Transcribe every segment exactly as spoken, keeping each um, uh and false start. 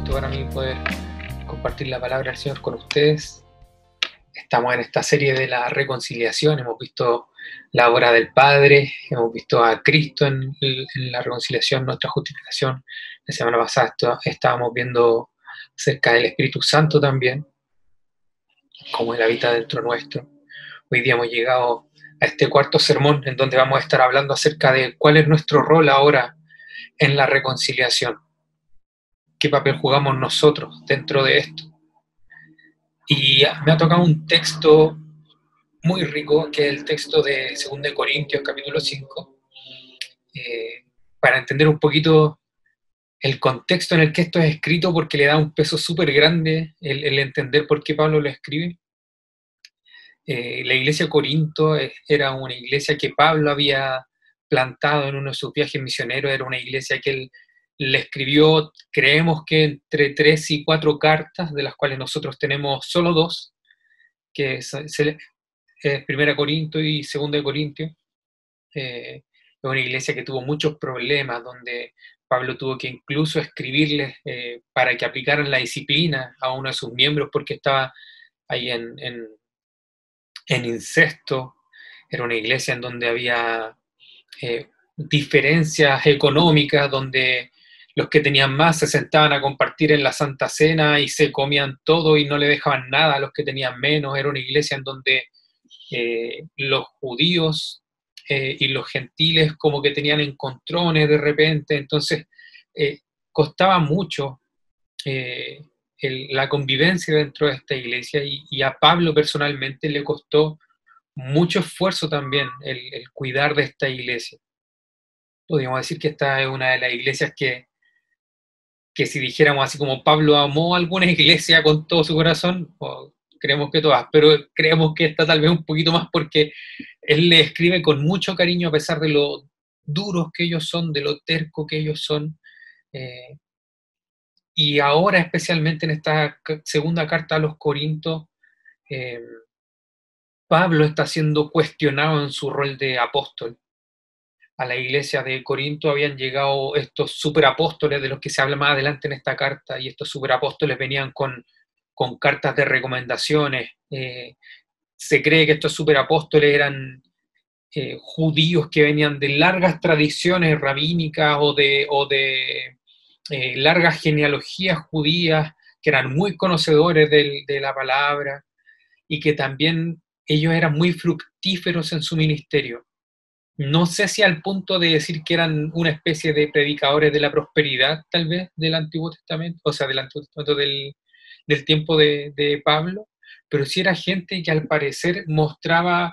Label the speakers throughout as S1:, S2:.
S1: gusto para mí poder compartir la palabra del Señor con ustedes. Estamos en esta serie de la reconciliación, hemos visto la obra del Padre, hemos visto a Cristo en, en la reconciliación, nuestra justificación. La semana pasada estábamos viendo acerca del Espíritu Santo también, cómo Él habita dentro nuestro. Hoy día hemos llegado a este cuarto sermón en donde vamos a estar hablando acerca de cuál es nuestro rol ahora en la reconciliación. ¿Qué papel jugamos nosotros dentro de esto? Y me ha tocado un texto muy rico, que es el texto de segunda de Corintios, capítulo cinco, eh, para entender un poquito el contexto en el que esto es escrito, porque le da un peso súper grande el, el entender por qué Pablo lo escribe. Eh, la iglesia de Corinto era una iglesia que Pablo había plantado en uno de sus viajes misioneros, era una iglesia que él le escribió, creemos que entre tres y cuatro cartas, de las cuales nosotros tenemos solo dos, que es, es Primera Corinto y Segunda de Corintios. Eh, es una iglesia que tuvo muchos problemas, donde Pablo tuvo que incluso escribirles eh, para que aplicaran la disciplina a uno de sus miembros, porque estaba ahí en, en, en incesto. Era una iglesia en donde había eh, diferencias económicas, donde los que tenían más se sentaban a compartir en la Santa Cena y se comían todo y no le dejaban nada a los que tenían menos. Era una iglesia en donde eh, los judíos eh, y los gentiles como que tenían encontrones de repente, entonces eh, costaba mucho eh, el, la convivencia dentro de esta iglesia, y, y a Pablo personalmente le costó mucho esfuerzo también el, el cuidar de esta iglesia. Podríamos decir que esta es una de las iglesias que, que si dijéramos así como Pablo amó alguna iglesia con todo su corazón, o creemos que todas, pero creemos que esta tal vez un poquito más porque él le escribe con mucho cariño a pesar de lo duros que ellos son, de lo terco que ellos son. Eh, y ahora especialmente en esta segunda carta a los Corintios, eh, Pablo está siendo cuestionado en su rol de apóstol. A la iglesia de Corinto habían llegado estos superapóstoles de los que se habla más adelante en esta carta, y estos superapóstoles venían con, con cartas de recomendaciones. Eh, se cree que estos superapóstoles eran eh, judíos que venían de largas tradiciones rabínicas o de, o de eh, largas genealogías judías, que eran muy conocedores del, de la palabra, y que también ellos eran muy fructíferos en su ministerio. No sé si al punto de decir que eran una especie de predicadores de la prosperidad, tal vez, del Antiguo Testamento, o sea, del Antiguo Testamento del, del tiempo de, de Pablo, pero sí era gente que al parecer mostraba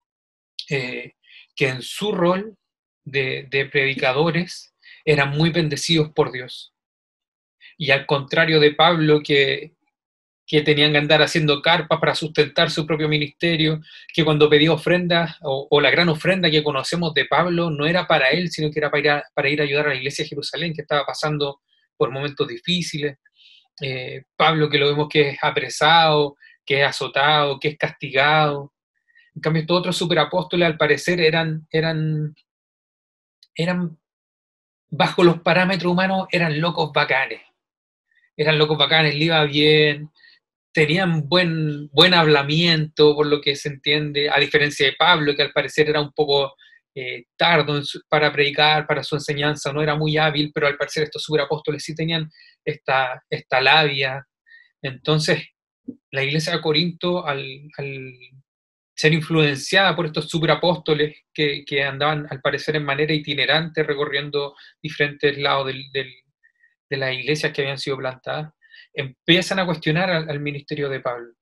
S1: eh, que en su rol de, de predicadores eran muy bendecidos por Dios. Y al contrario de Pablo, que que tenían que andar haciendo carpas para sustentar su propio ministerio, que cuando pedía ofrendas, o, o la gran ofrenda que conocemos de Pablo, no era para él, sino que era para ir a, para ir a ayudar a la iglesia de Jerusalén, que estaba pasando por momentos difíciles. Eh, Pablo, que lo vemos que es apresado, que es azotado, que es castigado. En cambio, estos otros superapóstoles, al parecer, eran, eran, eran, bajo los parámetros humanos, eran locos bacanes. Eran locos bacanes, le iba bien, tenían buen, buen hablamiento, por lo que se entiende, a diferencia de Pablo, que al parecer era un poco eh, tardo en su, para predicar, para su enseñanza, no era muy hábil, pero al parecer estos superapóstoles sí tenían esta, esta labia. Entonces, la iglesia de Corinto, al, al ser influenciada por estos superapóstoles que, que andaban al parecer en manera itinerante, recorriendo diferentes lados del, del, de las iglesias que habían sido plantadas, empiezan a cuestionar al, al ministerio de Pablo.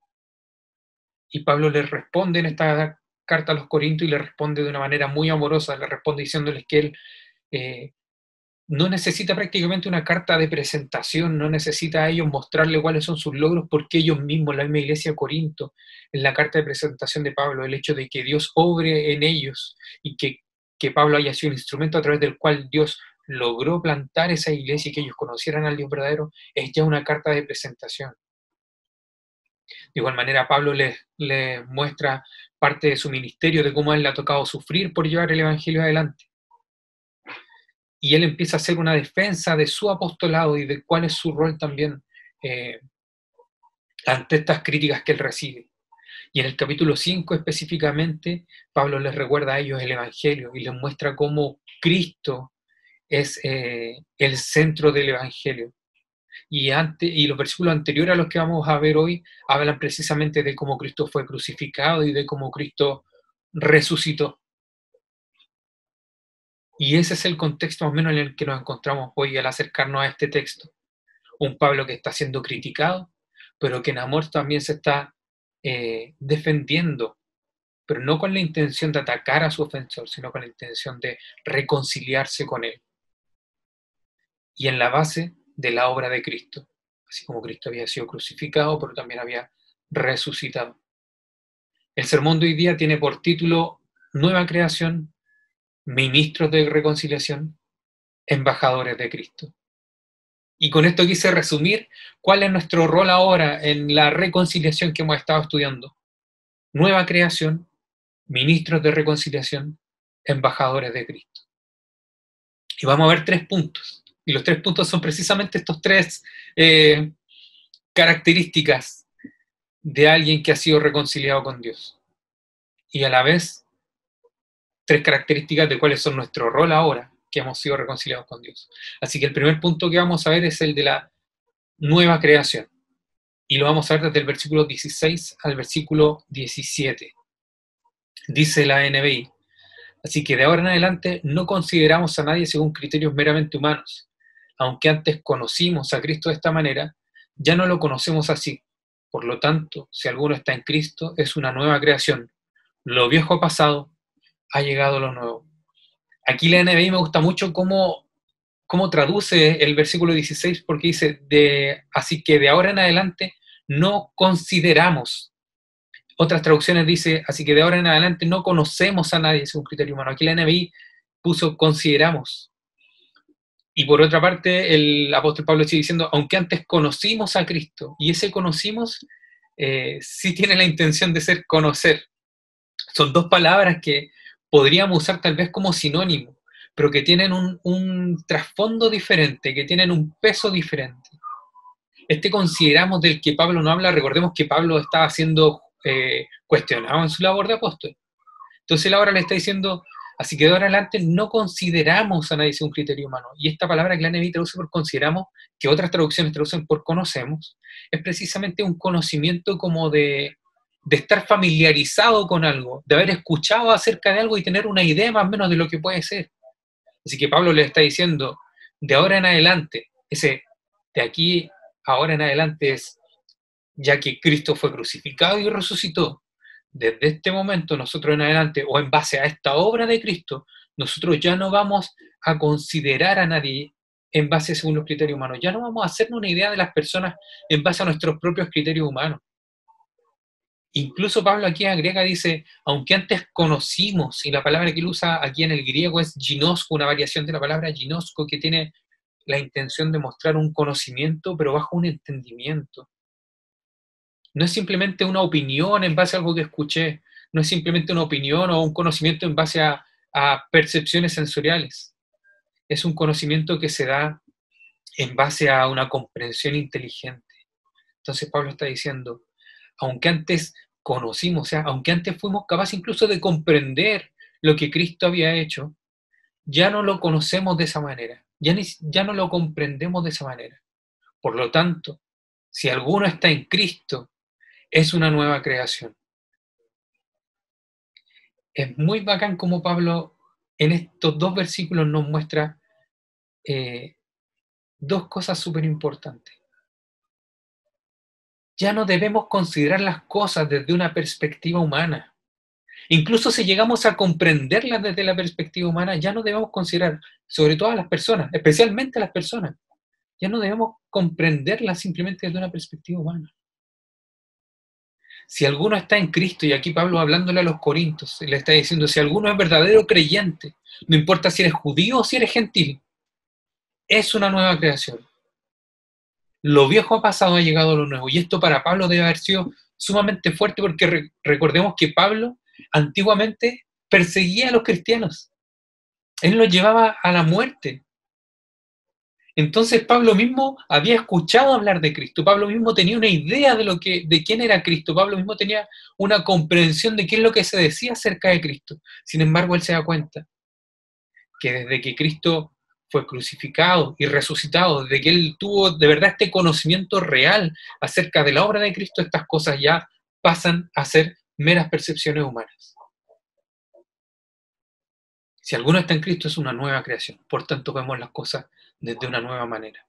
S1: Y Pablo les responde en esta carta a los Corintios, y les responde de una manera muy amorosa, les responde diciéndoles que él eh, no necesita prácticamente una carta de presentación, no necesita a ellos mostrarle cuáles son sus logros, porque ellos mismos, la misma iglesia de Corinto, en la carta de presentación de Pablo, el hecho de que Dios obre en ellos y que, que Pablo haya sido un instrumento a través del cual Dios logró plantar esa iglesia y que ellos conocieran al Dios verdadero, es ya una carta de presentación. De igual manera, Pablo les, les muestra parte de su ministerio, de cómo a él le ha tocado sufrir por llevar el Evangelio adelante. y él empieza a hacer una defensa de su apostolado y de cuál es su rol también eh, ante estas críticas que él recibe. Y en el capítulo cinco específicamente, Pablo les recuerda a ellos el Evangelio y les muestra cómo Cristo es eh, el centro del Evangelio. Y, antes, y los versículos anteriores a los que vamos a ver hoy hablan precisamente de cómo Cristo fue crucificado y de cómo Cristo resucitó. Y ese es el contexto más o menos en el que nos encontramos hoy al acercarnos a este texto. Un Pablo que está siendo criticado, pero que en amor también se está eh, defendiendo, pero no con la intención de atacar a su ofensor, sino con la intención de reconciliarse con él. Y en la base de la obra de Cristo, así como Cristo había sido crucificado, pero también había resucitado. El sermón de hoy día tiene por título Nueva Creación, Ministros de Reconciliación, Embajadores de Cristo. Y con esto quise resumir cuál es nuestro rol ahora en la reconciliación que hemos estado estudiando. Nueva creación, ministros de reconciliación, embajadores de Cristo. Y vamos a ver tres puntos. Y los tres puntos son precisamente estos tres eh, características de alguien que ha sido reconciliado con Dios. Y a la vez, tres características de cuáles son nuestro rol ahora que hemos sido reconciliados con Dios. Así que el primer punto que vamos a ver es el de la nueva creación. Y lo vamos a ver desde el versículo dieciséis al versículo diecisiete. Dice la N B I: así que de ahora en adelante no consideramos a nadie según criterios meramente humanos. Aunque antes conocimos a Cristo de esta manera, ya no lo conocemos así. Por lo tanto, si alguno está en Cristo, es una nueva creación. Lo viejo ha pasado, ha llegado lo nuevo. Aquí la N B I me gusta mucho cómo, cómo traduce el versículo dieciséis, porque dice, de, así que de ahora en adelante no consideramos. Otras traducciones dice, así que de ahora en adelante no conocemos a nadie según criterio humano. Aquí la N B I puso consideramos. Y por otra parte, el apóstol Pablo sigue diciendo, aunque antes conocimos a Cristo, y ese conocimos eh, sí tiene la intención de ser conocer. Son dos palabras que podríamos usar tal vez como sinónimo, pero que tienen un, un trasfondo diferente, que tienen un peso diferente. Este consideramos del que Pablo no habla, recordemos que Pablo estaba siendo eh, cuestionado en su labor de apóstol. Entonces él ahora le está diciendo, así que de ahora en adelante no consideramos a nadie según criterio humano. Y esta palabra que la N B I traduce por consideramos, que otras traducciones traducen por conocemos, es precisamente un conocimiento como de, de estar familiarizado con algo, de haber escuchado acerca de algo y tener una idea más o menos de lo que puede ser. Así que Pablo le está diciendo, de ahora en adelante, ese de aquí ahora en adelante es, ya que Cristo fue crucificado y resucitó, desde este momento nosotros en adelante, o en base a esta obra de Cristo, nosotros ya no vamos a considerar a nadie en base según los criterios humanos, ya no vamos a hacernos una idea de las personas en base a nuestros propios criterios humanos. Incluso Pablo aquí agrega, dice, aunque antes conocimos, y la palabra que él usa aquí en el griego es ginosco, una variación de la palabra ginosco que tiene la intención de mostrar un conocimiento, pero bajo un entendimiento. No es simplemente una opinión en base a algo que escuché, no es simplemente una opinión o un conocimiento en base a, a percepciones sensoriales. Es un conocimiento que se da en base a una comprensión inteligente. Entonces Pablo está diciendo, aunque antes conocimos, o sea, aunque antes fuimos capaces incluso de comprender lo que Cristo había hecho, ya no lo conocemos de esa manera, ya, ni, ya no lo comprendemos de esa manera. Por lo tanto, si alguno está en Cristo, es una nueva creación. Es muy bacán como Pablo en estos dos versículos nos muestra eh, dos cosas súper importantes. Ya no debemos considerar las cosas desde una perspectiva humana. Incluso si llegamos a comprenderlas desde la perspectiva humana, ya no debemos considerar, sobre todo a las personas, especialmente a las personas, ya no debemos comprenderlas simplemente desde una perspectiva humana. Si alguno está en Cristo, y aquí Pablo hablándole a los corintios, le está diciendo, si alguno es verdadero creyente, no importa si eres judío o si eres gentil, es una nueva creación. Lo viejo ha pasado, ha llegado lo nuevo. Y esto para Pablo debe haber sido sumamente fuerte porque re- recordemos que Pablo antiguamente perseguía a los cristianos. Él los llevaba a la muerte. Entonces Pablo mismo había escuchado hablar de Cristo, Pablo mismo tenía una idea de, lo que, de quién era Cristo, Pablo mismo tenía una comprensión de qué es lo que se decía acerca de Cristo. Sin embargo, él se da cuenta que desde que Cristo fue crucificado y resucitado, desde que él tuvo de verdad este conocimiento real acerca de la obra de Cristo, estas cosas ya pasan a ser meras percepciones humanas. Si alguno está en Cristo es una nueva creación, por tanto vemos las cosas desde una nueva manera.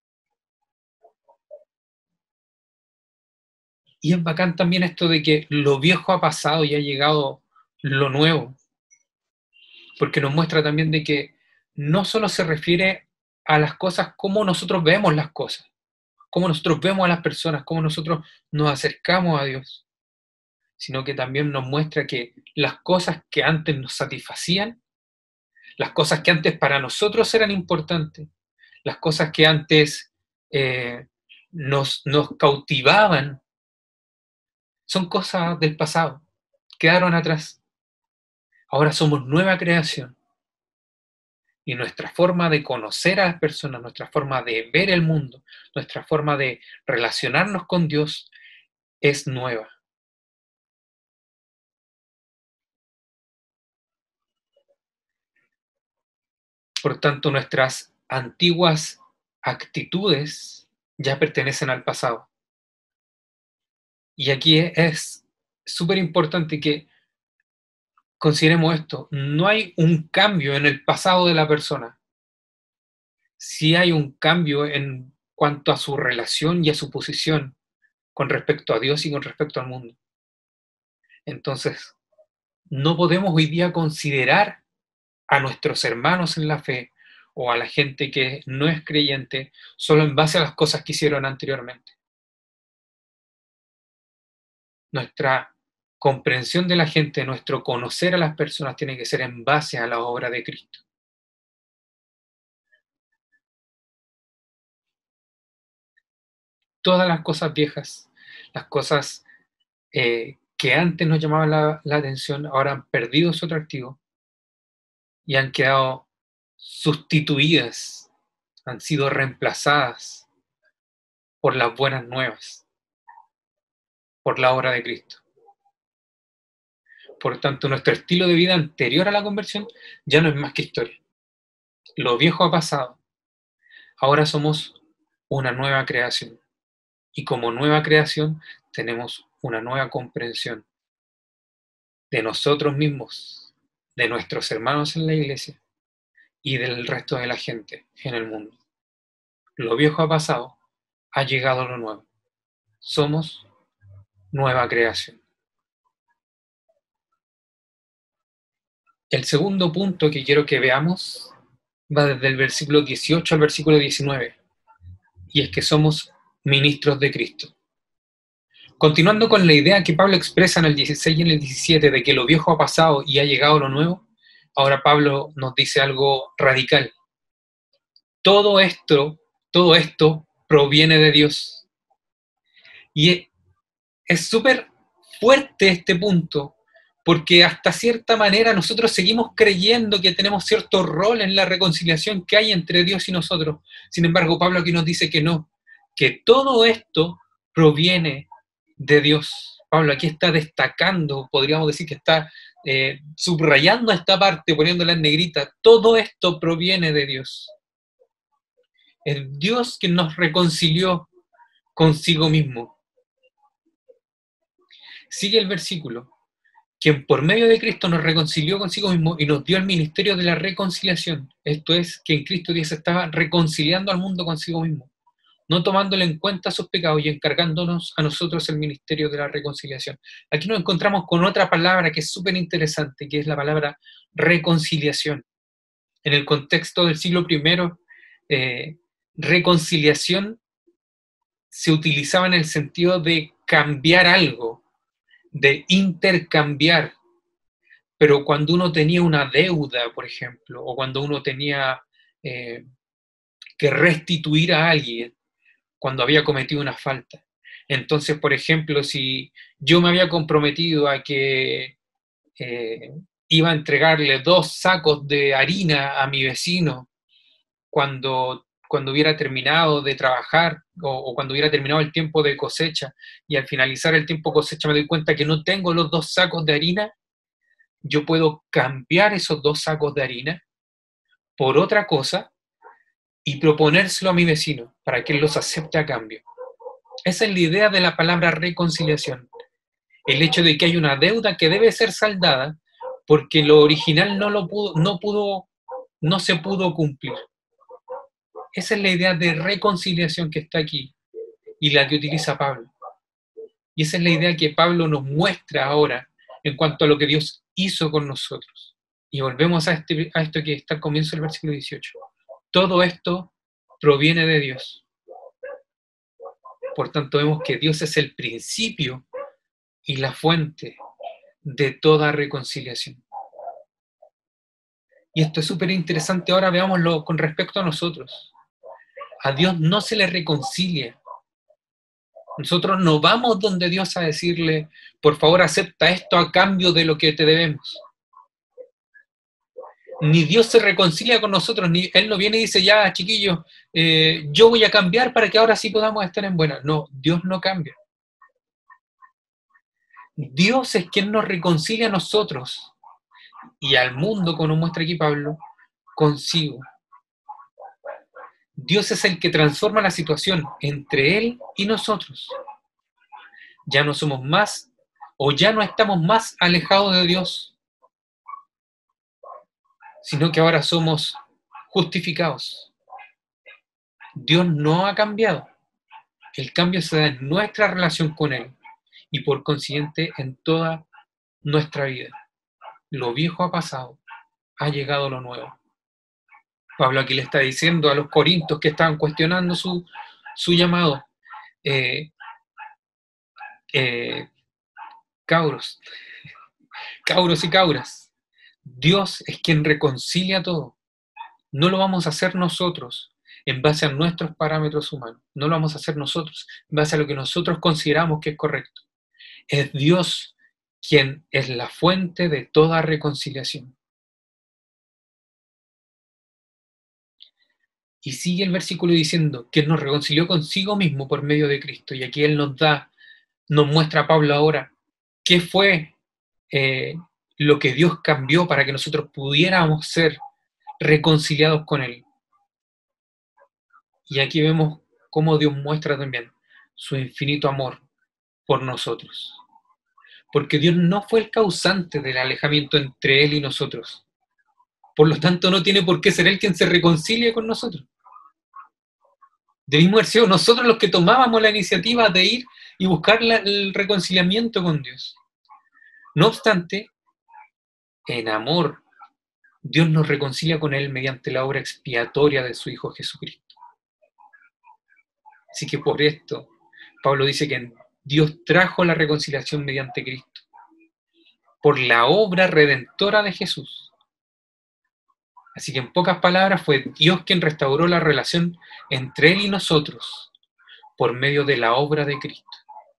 S1: Y es bacán también esto de que lo viejo ha pasado y ha llegado lo nuevo, porque nos muestra también de que no solo se refiere a las cosas como nosotros vemos las cosas, cómo nosotros vemos a las personas, cómo nosotros nos acercamos a Dios, sino que también nos muestra que las cosas que antes nos satisfacían, las cosas que antes para nosotros eran importantes, las cosas que antes eh, nos, nos cautivaban, son cosas del pasado, quedaron atrás. Ahora somos nueva creación. Y nuestra forma de conocer a las personas, nuestra forma de ver el mundo, nuestra forma de relacionarnos con Dios es nueva. Por tanto, nuestras antiguas actitudes ya pertenecen al pasado. Y aquí es súper importante que consideremos esto. No hay un cambio en el pasado de la persona. Sí hay un cambio en cuanto a su relación y a su posición con respecto a Dios y con respecto al mundo. Entonces, no podemos hoy día considerar a nuestros hermanos en la fe o a la gente que no es creyente solo en base a las cosas que hicieron anteriormente. Nuestra comprensión de la gente, nuestro conocer a las personas tiene que ser en base a la obra de Cristo. Todas las cosas viejas, las cosas eh, que antes nos llamaban la, la atención, ahora han perdido su atractivo y han quedado sustituidas, han sido reemplazadas por las buenas nuevas, por la obra de Cristo. Por tanto, nuestro estilo de vida anterior a la conversión ya no es más que historia. Lo viejo ha pasado. Ahora somos una nueva creación. Y como nueva creación tenemos una nueva comprensión de nosotros mismos, de nuestros hermanos en la iglesia y del resto de la gente en el mundo. Lo viejo ha pasado, ha llegado lo nuevo. Somos nueva creación. El segundo punto que quiero que veamos va desde el versículo dieciocho al versículo diecinueve, y es que somos ministros de Cristo. Continuando con la idea que Pablo expresa en el dieciséis y en el diecisiete de que lo viejo ha pasado y ha llegado lo nuevo, ahora Pablo nos dice algo radical. Todo esto, todo esto proviene de Dios. Y es súper fuerte este punto, porque hasta cierta manera nosotros seguimos creyendo que tenemos cierto rol en la reconciliación que hay entre Dios y nosotros. Sin embargo, Pablo aquí nos dice que no, que todo esto proviene de Dios. Pablo aquí está destacando, podríamos decir que está eh, subrayando esta parte, poniéndola en negrita. Todo esto proviene de Dios. El Dios que nos reconcilió consigo mismo. Sigue el versículo. Quien por medio de Cristo nos reconcilió consigo mismo y nos dio el ministerio de la reconciliación. Esto es, que en Cristo Dios estaba reconciliando al mundo consigo mismo, no tomándole en cuenta sus pecados y encargándonos a nosotros el ministerio de la reconciliación. Aquí nos encontramos con otra palabra que es súper interesante, que es la palabra reconciliación. En el contexto del siglo primero, eh, reconciliación se utilizaba en el sentido de cambiar algo, de intercambiar. Pero cuando uno tenía una deuda, por ejemplo, o cuando uno tenía eh, que restituir a alguien, cuando había cometido una falta. Entonces, por ejemplo, si yo me había comprometido a que eh, iba a entregarle dos sacos de harina a mi vecino cuando cuando hubiera terminado de trabajar o, o cuando hubiera terminado el tiempo de cosecha y al finalizar el tiempo de cosecha me doy cuenta que no tengo los dos sacos de harina, yo puedo cambiar esos dos sacos de harina por otra cosa y proponérselo a mi vecino para que él los acepte a cambio. Esa es la idea de la palabra reconciliación. El hecho de que hay una deuda que debe ser saldada porque lo original no lo pudo, no pudo, no se pudo cumplir. Esa es la idea de reconciliación que está aquí y la que utiliza Pablo. Y esa es la idea que Pablo nos muestra ahora en cuanto a lo que Dios hizo con nosotros. Y volvemos a, este, a esto que está al comienzo del versículo dieciocho. Todo esto proviene de Dios. Por tanto, vemos que Dios es el principio y la fuente de toda reconciliación. Y esto es súper interesante. Ahora veámoslo con respecto a nosotros. A Dios no se le reconcilia. Nosotros no vamos donde Dios a decirle, por favor, acepta esto a cambio de lo que te debemos. Ni Dios se reconcilia con nosotros, ni Él no viene y dice, ya, chiquillos, eh, yo voy a cambiar para que ahora sí podamos estar en buena. No, Dios no cambia. Dios es quien nos reconcilia a nosotros y al mundo, como nos muestra aquí Pablo, consigo. Dios es el que transforma la situación entre Él y nosotros. Ya no somos más, o ya no estamos más alejados de Dios, sino que ahora somos justificados. Dios no ha cambiado. El cambio se da en nuestra relación con Él y por consiguiente en toda nuestra vida. Lo viejo ha pasado, ha llegado lo nuevo. Pablo aquí le está diciendo a los corintios que estaban cuestionando su, su llamado, eh, eh, cabros, cabros y cabras, Dios es quien reconcilia todo. No lo vamos a hacer nosotros en base a nuestros parámetros humanos. No lo vamos a hacer nosotros en base a lo que nosotros consideramos que es correcto. Es Dios quien es la fuente de toda reconciliación. Y sigue el versículo diciendo que nos reconcilió consigo mismo por medio de Cristo. Y aquí Él nos da, nos muestra a Pablo ahora qué fue eh, lo que Dios cambió para que nosotros pudiéramos ser reconciliados con Él. Y aquí vemos cómo Dios muestra también su infinito amor por nosotros. Porque Dios no fue el causante del alejamiento entre Él y nosotros. Por lo tanto, no tiene por qué ser Él quien se reconcilie con nosotros. Debimos haber sido nosotros los que tomábamos la iniciativa de ir y buscar la, el reconciliamiento con Dios. No obstante, en amor, Dios nos reconcilia con Él mediante la obra expiatoria de su Hijo Jesucristo. Así que por esto, Pablo dice que Dios trajo la reconciliación mediante Cristo, por la obra redentora de Jesús. Así que en pocas palabras fue Dios quien restauró la relación entre Él y nosotros por medio de la obra de Cristo.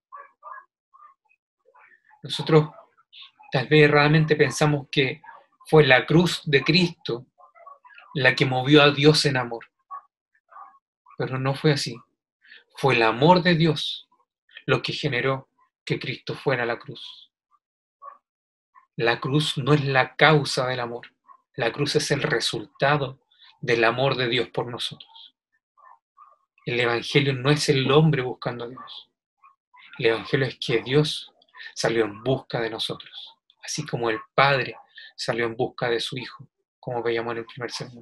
S1: Nosotros tal vez erradamente pensamos que fue la cruz de Cristo la que movió a Dios en amor. Pero no fue así. Fue el amor de Dios lo que generó que Cristo fuera a la cruz. La cruz no es la causa del amor. La cruz es el resultado del amor de Dios por nosotros. El Evangelio no es el hombre buscando a Dios. El Evangelio es que Dios salió en busca de nosotros, así como el Padre salió en busca de su Hijo, como veíamos en el primer sermón.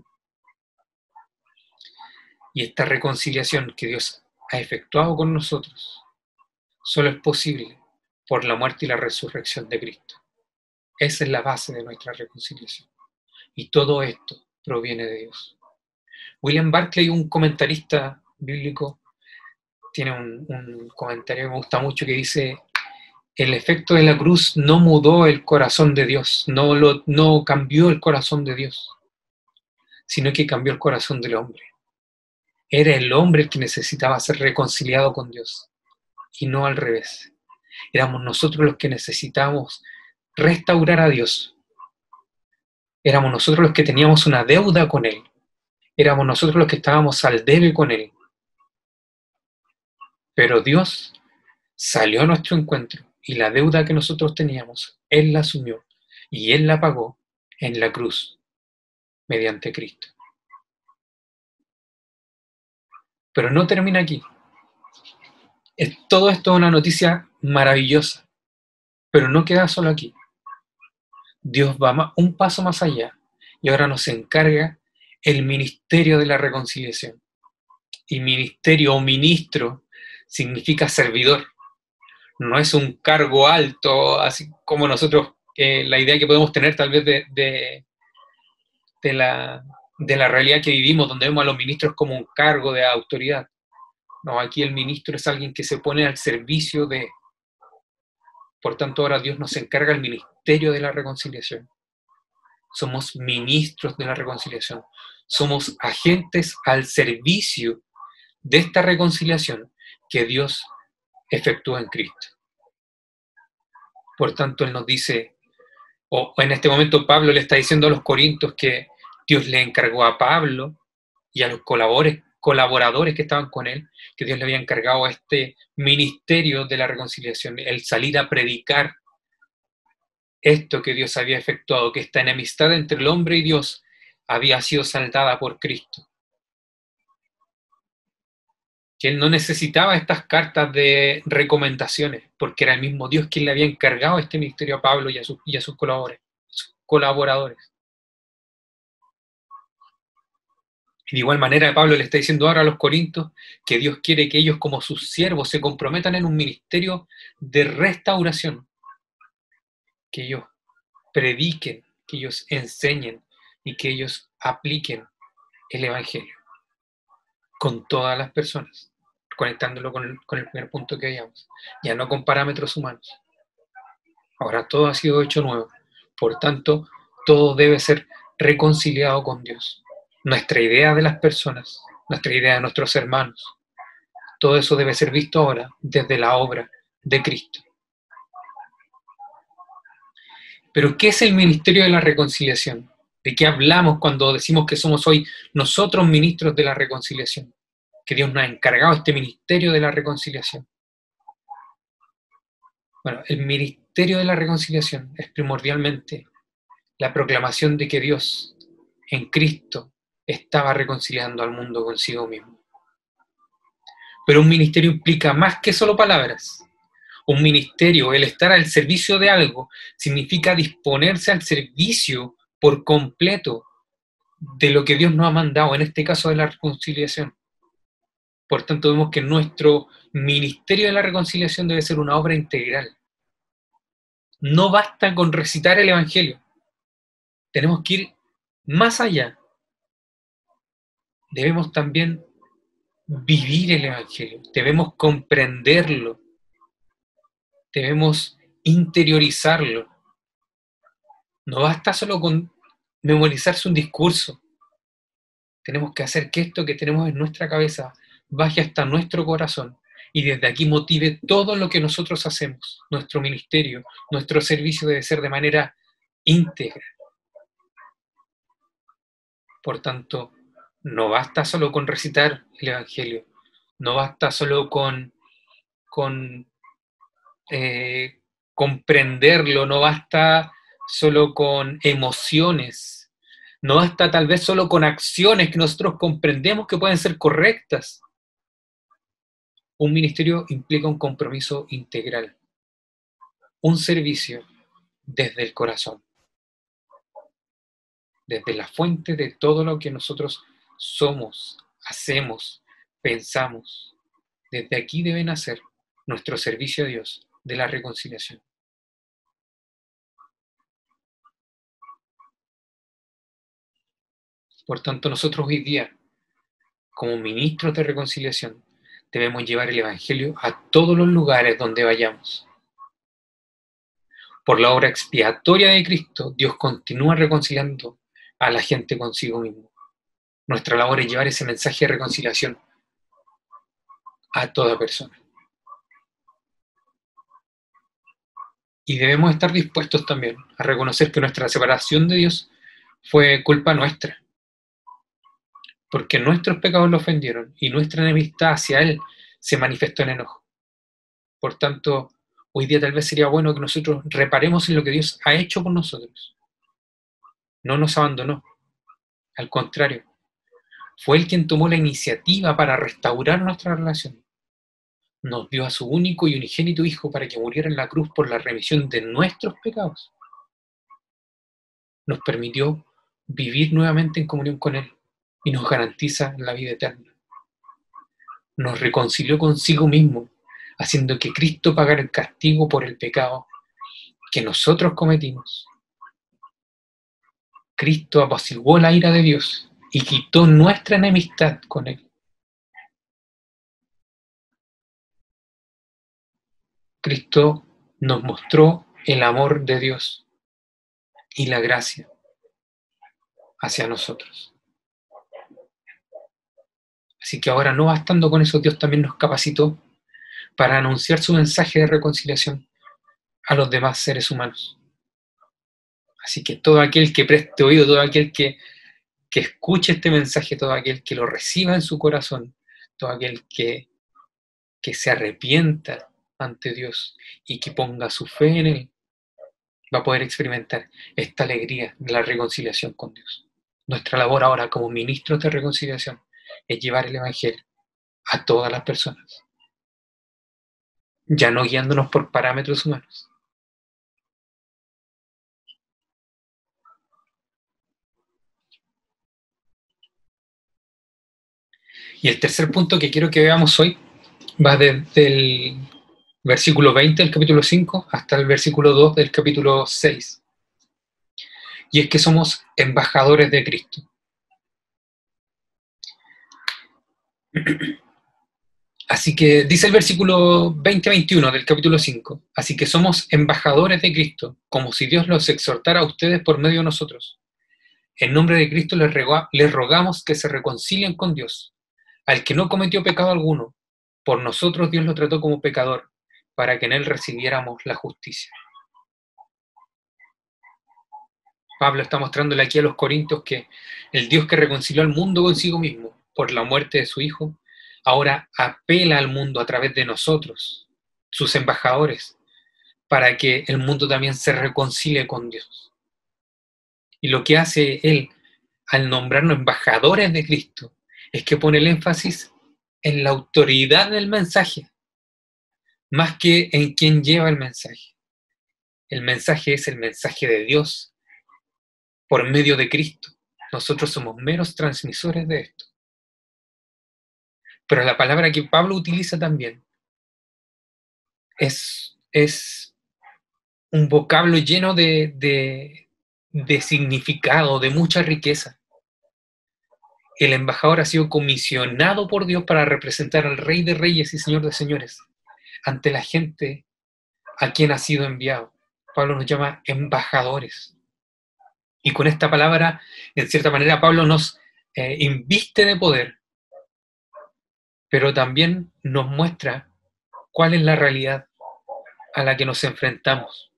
S1: Y esta reconciliación que Dios ha efectuado con nosotros solo es posible por la muerte y la resurrección de Cristo. Esa es la base de nuestra reconciliación. Y todo esto proviene de Dios. William Barclay, un comentarista bíblico, tiene un, un comentario que me gusta mucho que dice: el efecto de la cruz no mudó el corazón de Dios, no, lo, no cambió el corazón de Dios, sino que cambió el corazón del hombre. Era el hombre el que necesitaba ser reconciliado con Dios, y no al revés. Éramos nosotros los que necesitábamos restaurar a Dios. Éramos nosotros los que teníamos una deuda con Él, éramos nosotros los que estábamos al debe con Él. Pero Dios salió a nuestro encuentro y la deuda que nosotros teníamos, Él la asumió y Él la pagó en la cruz mediante Cristo. Pero no termina aquí. Es, todo esto es una noticia maravillosa, pero no queda solo aquí. Dios va un paso más allá y ahora nos encarga el ministerio de la reconciliación. Y ministerio o ministro significa servidor. No es un cargo alto, así como nosotros, eh, la idea que podemos tener tal vez de, de, de, la, de la realidad que vivimos, donde vemos a los ministros como un cargo de autoridad. No, aquí el ministro es alguien que se pone al servicio de... Por tanto, ahora Dios nos encarga el ministerio de la reconciliación. Somos ministros de la reconciliación. Somos agentes al servicio de esta reconciliación que Dios efectúa en Cristo. Por tanto, Él nos dice, o en este momento Pablo le está diciendo a los corintios que Dios le encargó a Pablo y a los colaboradores, colaboradores que estaban con él, que Dios le había encargado a este ministerio de la reconciliación, el salir a predicar esto que Dios había efectuado, que esta enemistad entre el hombre y Dios había sido saldada por Cristo. Que él no necesitaba estas cartas de recomendaciones, porque era el mismo Dios quien le había encargado este ministerio a Pablo y a sus, y a sus colaboradores. Sus colaboradores. Y de igual manera Pablo le está diciendo ahora a los corintios que Dios quiere que ellos como sus siervos se comprometan en un ministerio de restauración, que ellos prediquen, que ellos enseñen y que ellos apliquen el Evangelio con todas las personas, conectándolo con el, con el primer punto que veíamos, ya no con parámetros humanos. Ahora todo ha sido hecho nuevo, por tanto, todo debe ser reconciliado con Dios. Nuestra idea de las personas, nuestra idea de nuestros hermanos, todo eso debe ser visto ahora desde la obra de Cristo. Pero ¿qué es el ministerio de la reconciliación? ¿De qué hablamos cuando decimos que somos hoy nosotros ministros de la reconciliación? Que Dios nos ha encargado este ministerio de la reconciliación. Bueno, el ministerio de la reconciliación es primordialmente la proclamación de que Dios en Cristo estaba reconciliando al mundo consigo mismo. Pero un ministerio implica más que solo palabras. Un ministerio, el estar al servicio de algo, significa disponerse al servicio por completo de lo que Dios nos ha mandado, en este caso de la reconciliación. Por tanto, vemos que nuestro ministerio de la reconciliación debe ser una obra integral. No basta con recitar el Evangelio. Tenemos que ir más allá. Debemos también vivir el Evangelio. Debemos comprenderlo. Debemos interiorizarlo. No basta solo con memorizarse un discurso. Tenemos que hacer que esto que tenemos en nuestra cabeza baje hasta nuestro corazón y desde aquí motive todo lo que nosotros hacemos. Nuestro ministerio, nuestro servicio debe ser de manera íntegra. Por tanto, no basta solo con recitar el Evangelio, no basta solo con, con eh, comprenderlo, no basta solo con emociones, no basta tal vez solo con acciones que nosotros comprendemos que pueden ser correctas. Un ministerio implica un compromiso integral, un servicio desde el corazón, desde la fuente de todo lo que nosotros somos, hacemos, pensamos. Desde aquí debe nacer nuestro servicio a Dios de la reconciliación. Por tanto, nosotros hoy día, como ministros de reconciliación, debemos llevar el Evangelio a todos los lugares donde vayamos. Por la obra expiatoria de Cristo, Dios continúa reconciliando a la gente consigo mismo. Nuestra labor es llevar ese mensaje de reconciliación a toda persona. Y debemos estar dispuestos también a reconocer que nuestra separación de Dios fue culpa nuestra. porque nuestros pecados lo ofendieron y nuestra enemistad hacia Él se manifestó en enojo. Por tanto, hoy día tal vez sería bueno que nosotros reparemos en lo que Dios ha hecho por nosotros. No nos abandonó, al contrario, fue Él quien tomó la iniciativa para restaurar nuestra relación. Nos dio a su único y unigénito Hijo para que muriera en la cruz por la remisión de nuestros pecados. Nos permitió vivir nuevamente en comunión con Él y nos garantiza la vida eterna. Nos reconcilió consigo mismo, haciendo que Cristo pagara el castigo por el pecado que nosotros cometimos. Cristo apaciguó la ira de Dios y quitó nuestra enemistad con Él. Cristo nos mostró el amor de Dios y la gracia hacia nosotros. Así que ahora, no bastando con eso, Dios también nos capacitó para anunciar su mensaje de reconciliación a los demás seres humanos. Así que todo aquel que preste oído, todo aquel que, que escuche este mensaje, todo aquel que lo reciba en su corazón, todo aquel que, que se arrepienta ante Dios y que ponga su fe en Él, va a poder experimentar esta alegría de la reconciliación con Dios. Nuestra labor ahora como ministros de reconciliación es llevar el Evangelio a todas las personas, ya no guiándonos por parámetros humanos. Y el tercer punto que quiero que veamos hoy va desde el versículo veinte del capítulo cinco hasta el versículo dos del capítulo seis. Y es que somos embajadores de Cristo. Así que dice el versículo veinte a veintiuno del capítulo cinco, así que somos embajadores de Cristo, como si Dios los exhortara a ustedes por medio de nosotros. En nombre de Cristo les, rega, les rogamos que se reconcilien con Dios, al que no cometió pecado alguno. Por nosotros Dios lo trató como pecador, para que en él recibiéramos la justicia. Pablo está mostrándole aquí a los corintios que el Dios que reconcilió al mundo consigo mismo por la muerte de su Hijo, ahora apela al mundo a través de nosotros, sus embajadores, para que el mundo también se reconcilie con Dios. Y lo que hace Él al nombrarnos embajadores de Cristo es que pone el énfasis en la autoridad del mensaje, más que en quien lleva el mensaje. El mensaje es el mensaje de Dios por medio de Cristo. Nosotros somos meros transmisores de esto. Pero la palabra que Pablo utiliza también es, es un vocablo lleno de, de, de significado, de mucha riqueza. El embajador ha sido comisionado por Dios para representar al Rey de Reyes y Señor de Señores ante la gente a quien ha sido enviado. Pablo nos llama embajadores. Y con esta palabra, en cierta manera, Pablo nos eh, inviste de poder, pero también nos muestra cuál es la realidad a la que nos enfrentamos.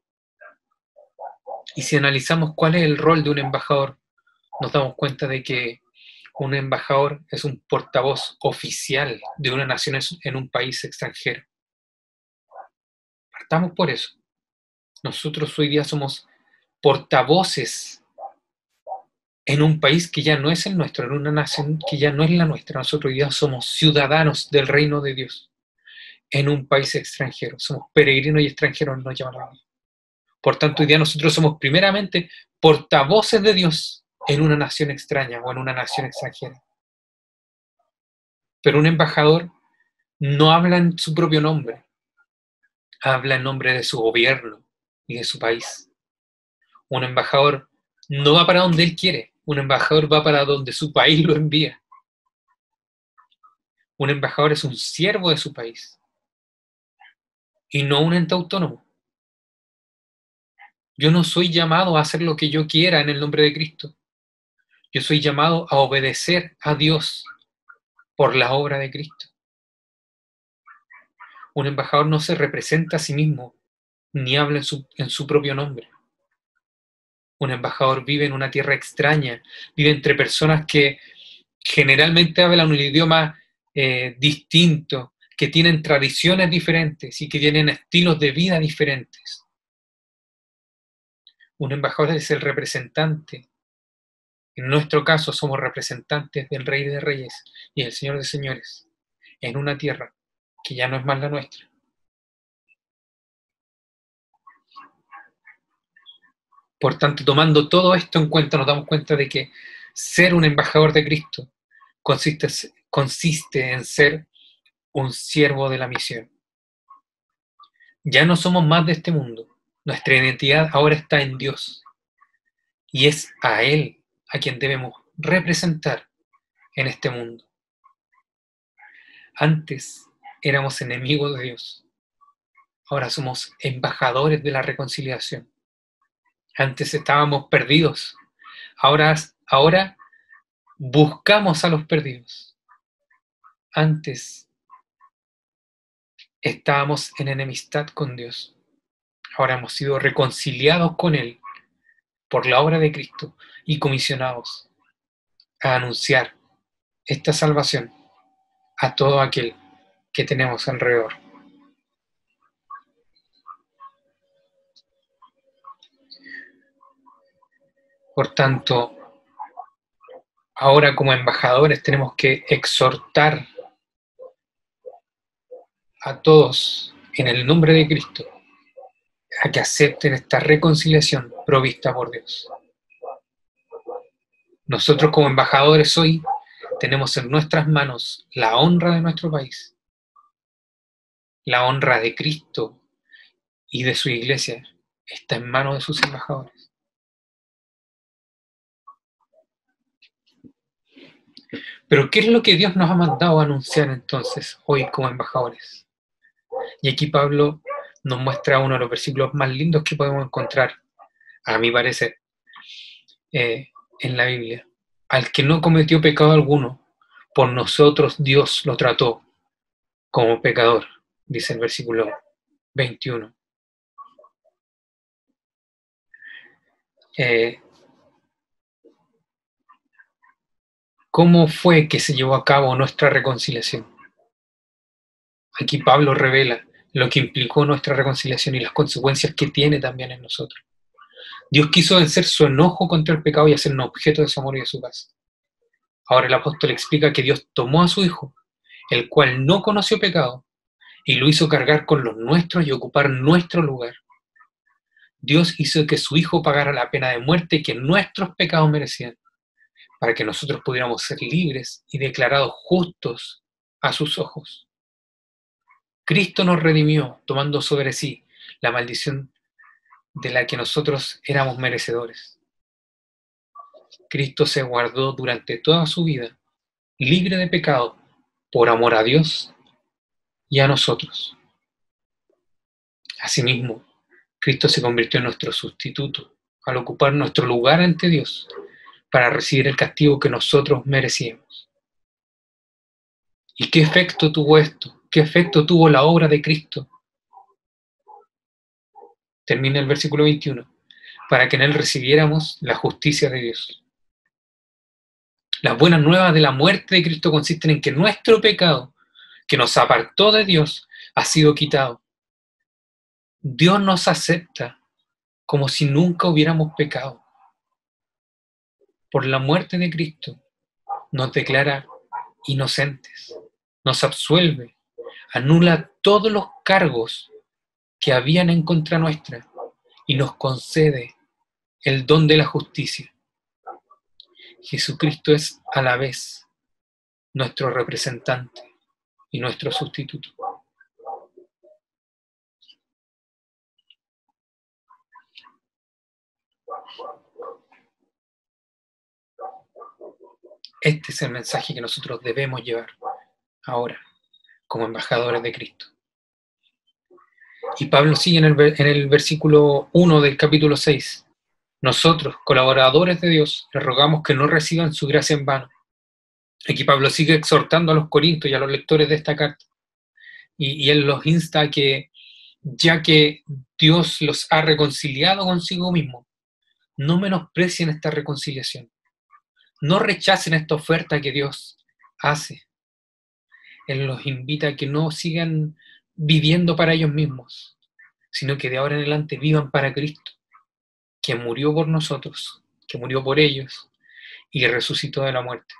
S1: Y si analizamos cuál es el rol de un embajador, nos damos cuenta de que un embajador es un portavoz oficial de una nación en un país extranjero. Partamos por eso. Nosotros hoy día somos portavoces en un país que ya no es el nuestro, en una nación que ya no es la nuestra. Nosotros hoy día somos ciudadanos del reino de Dios en un país extranjero. Somos peregrinos y extranjeros, nos llaman la Biblia. Por tanto, hoy día nosotros somos primeramente portavoces de Dios en una nación extraña o en una nación extranjera. Pero un embajador no habla en su propio nombre, habla en nombre de su gobierno y de su país. Un embajador no va para donde él quiere, un embajador va para donde su país lo envía. Un embajador es un siervo de su país y no un ente autónomo. Yo no soy llamado a hacer lo que yo quiera en el nombre de Cristo. Yo soy llamado a obedecer a Dios por la obra de Cristo. Un embajador no se representa a sí mismo ni habla en su, en su propio nombre. Un embajador vive en una tierra extraña, vive entre personas que generalmente hablan un idioma eh, distinto, que tienen tradiciones diferentes y que tienen estilos de vida diferentes. Un embajador es el representante. En nuestro caso somos representantes del Rey de Reyes y del Señor de Señores en una tierra que ya no es más la nuestra. Por tanto, tomando todo esto en cuenta, nos damos cuenta de que ser un embajador de Cristo consiste, consiste en ser un siervo de la misión. Ya no somos más de este mundo. Nuestra identidad ahora está en Dios. Y es a Él a quien debemos representar en este mundo. Antes éramos enemigos de Dios. Ahora somos embajadores de la reconciliación. Antes estábamos perdidos. Ahora, ahora buscamos a los perdidos. Antes estábamos en enemistad con Dios. Ahora hemos sido reconciliados con Él por la obra de Cristo y comisionados a anunciar esta salvación a todo aquel que tenemos alrededor. Por tanto, ahora como embajadores tenemos que exhortar a todos en el nombre de Cristo a que acepten esta reconciliación provista por Dios. Nosotros como embajadores hoy tenemos en nuestras manos la honra de nuestro país, la honra de Cristo y de su iglesia está en manos de sus embajadores. Pero ¿qué es lo que Dios nos ha mandado a anunciar entonces hoy como embajadores? Y aquí Pablo nos muestra uno de los versículos más lindos que podemos encontrar, a mi parecer, eh, en la Biblia. Al que no cometió pecado alguno, por nosotros Dios lo trató como pecador, dice el versículo veintiuno. Eh, ¿Cómo fue que se llevó a cabo nuestra reconciliación? Aquí Pablo revela lo que implicó nuestra reconciliación y las consecuencias que tiene también en nosotros. Dios quiso vencer su enojo contra el pecado y hacernos objeto de su amor y de su paz. Ahora el apóstol explica que Dios tomó a su Hijo, el cual no conoció pecado, y lo hizo cargar con los nuestros y ocupar nuestro lugar. Dios hizo que su Hijo pagara la pena de muerte que nuestros pecados merecían, para que nosotros pudiéramos ser libres y declarados justos a sus ojos. Cristo nos redimió, tomando sobre sí la maldición de la que nosotros éramos merecedores. Cristo se guardó durante toda su vida, libre de pecado, por amor a Dios y a nosotros. Asimismo, Cristo se convirtió en nuestro sustituto, al ocupar nuestro lugar ante Dios, para recibir el castigo que nosotros merecíamos. ¿Y qué efecto tuvo esto? ¿Qué efecto tuvo la obra de Cristo? Termina el versículo veintiuno. Para que en él recibiéramos la justicia de Dios. Las buenas nuevas de la muerte de Cristo consisten en que nuestro pecado, que nos apartó de Dios, ha sido quitado. Dios nos acepta como si nunca hubiéramos pecado. Por la muerte de Cristo nos declara inocentes, nos absuelve, anula todos los cargos que habían en contra nuestra y nos concede el don de la justicia. Jesucristo es a la vez nuestro representante y nuestro sustituto. Este es el mensaje que nosotros debemos llevar ahora como embajadores de Cristo. Y Pablo sigue en el, en el versículo uno del capítulo seis. Nosotros, colaboradores de Dios, les rogamos que no reciban su gracia en vano. Aquí Pablo sigue exhortando a los corintios y a los lectores de esta carta. Y, y él los insta a que, ya que Dios los ha reconciliado consigo mismo, no menosprecien esta reconciliación. No rechacen esta oferta que Dios hace. Él los invita a que no sigan viviendo para ellos mismos, sino que de ahora en adelante vivan para Cristo, que murió por nosotros, que murió por ellos y que resucitó de la muerte.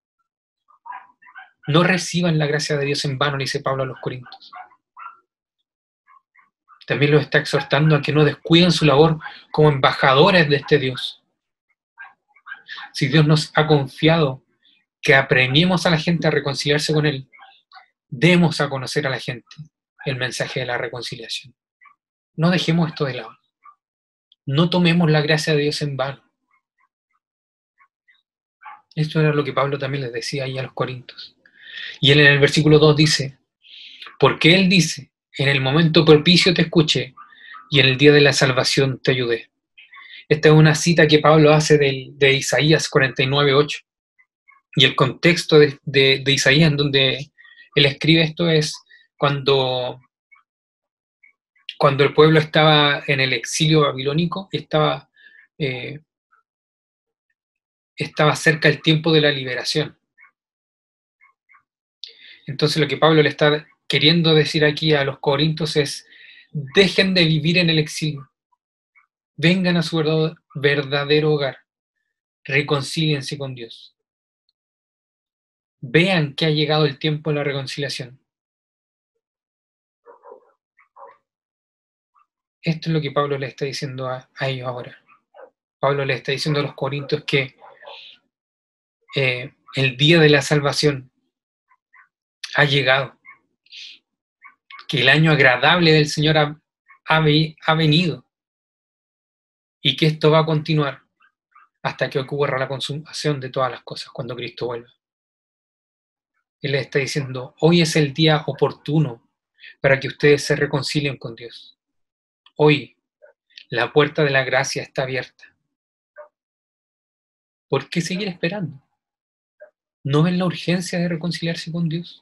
S1: No reciban la gracia de Dios en vano, dice Pablo a los Corintios. También los está exhortando a que no descuiden su labor como embajadores de este Dios. Si Dios nos ha confiado que apremiemos a la gente a reconciliarse con Él, demos a conocer a la gente el mensaje de la reconciliación. No dejemos esto de lado. No tomemos la gracia de Dios en vano. Esto era lo que Pablo también les decía ahí a los Corintios. Y él en el versículo dos dice, porque Él dice, en el momento propicio te escuché y en el día de la salvación te ayudé. Esta es una cita que Pablo hace de, de Isaías cuarenta y nueve, ocho. Y el contexto de, de, de Isaías en donde él escribe esto es cuando, cuando el pueblo estaba en el exilio babilónico, estaba, eh, estaba cerca el tiempo de la liberación. Entonces lo que Pablo le está queriendo decir aquí a los corintios es, dejen de vivir en el exilio, vengan a su verdadero hogar, reconcíliense con Dios. Vean que ha llegado el tiempo de la reconciliación. Esto es lo que Pablo le está diciendo a, a ellos ahora. Pablo le está diciendo a los corintios que eh, el día de la salvación ha llegado, que el año agradable del Señor ha, ha, ha venido y que esto va a continuar hasta que ocurra la consumación de todas las cosas cuando Cristo vuelva. Él les está diciendo, hoy es el día oportuno para que ustedes se reconcilien con Dios. Hoy la puerta de la gracia está abierta. ¿Por qué seguir esperando? ¿No ven la urgencia de reconciliarse con Dios?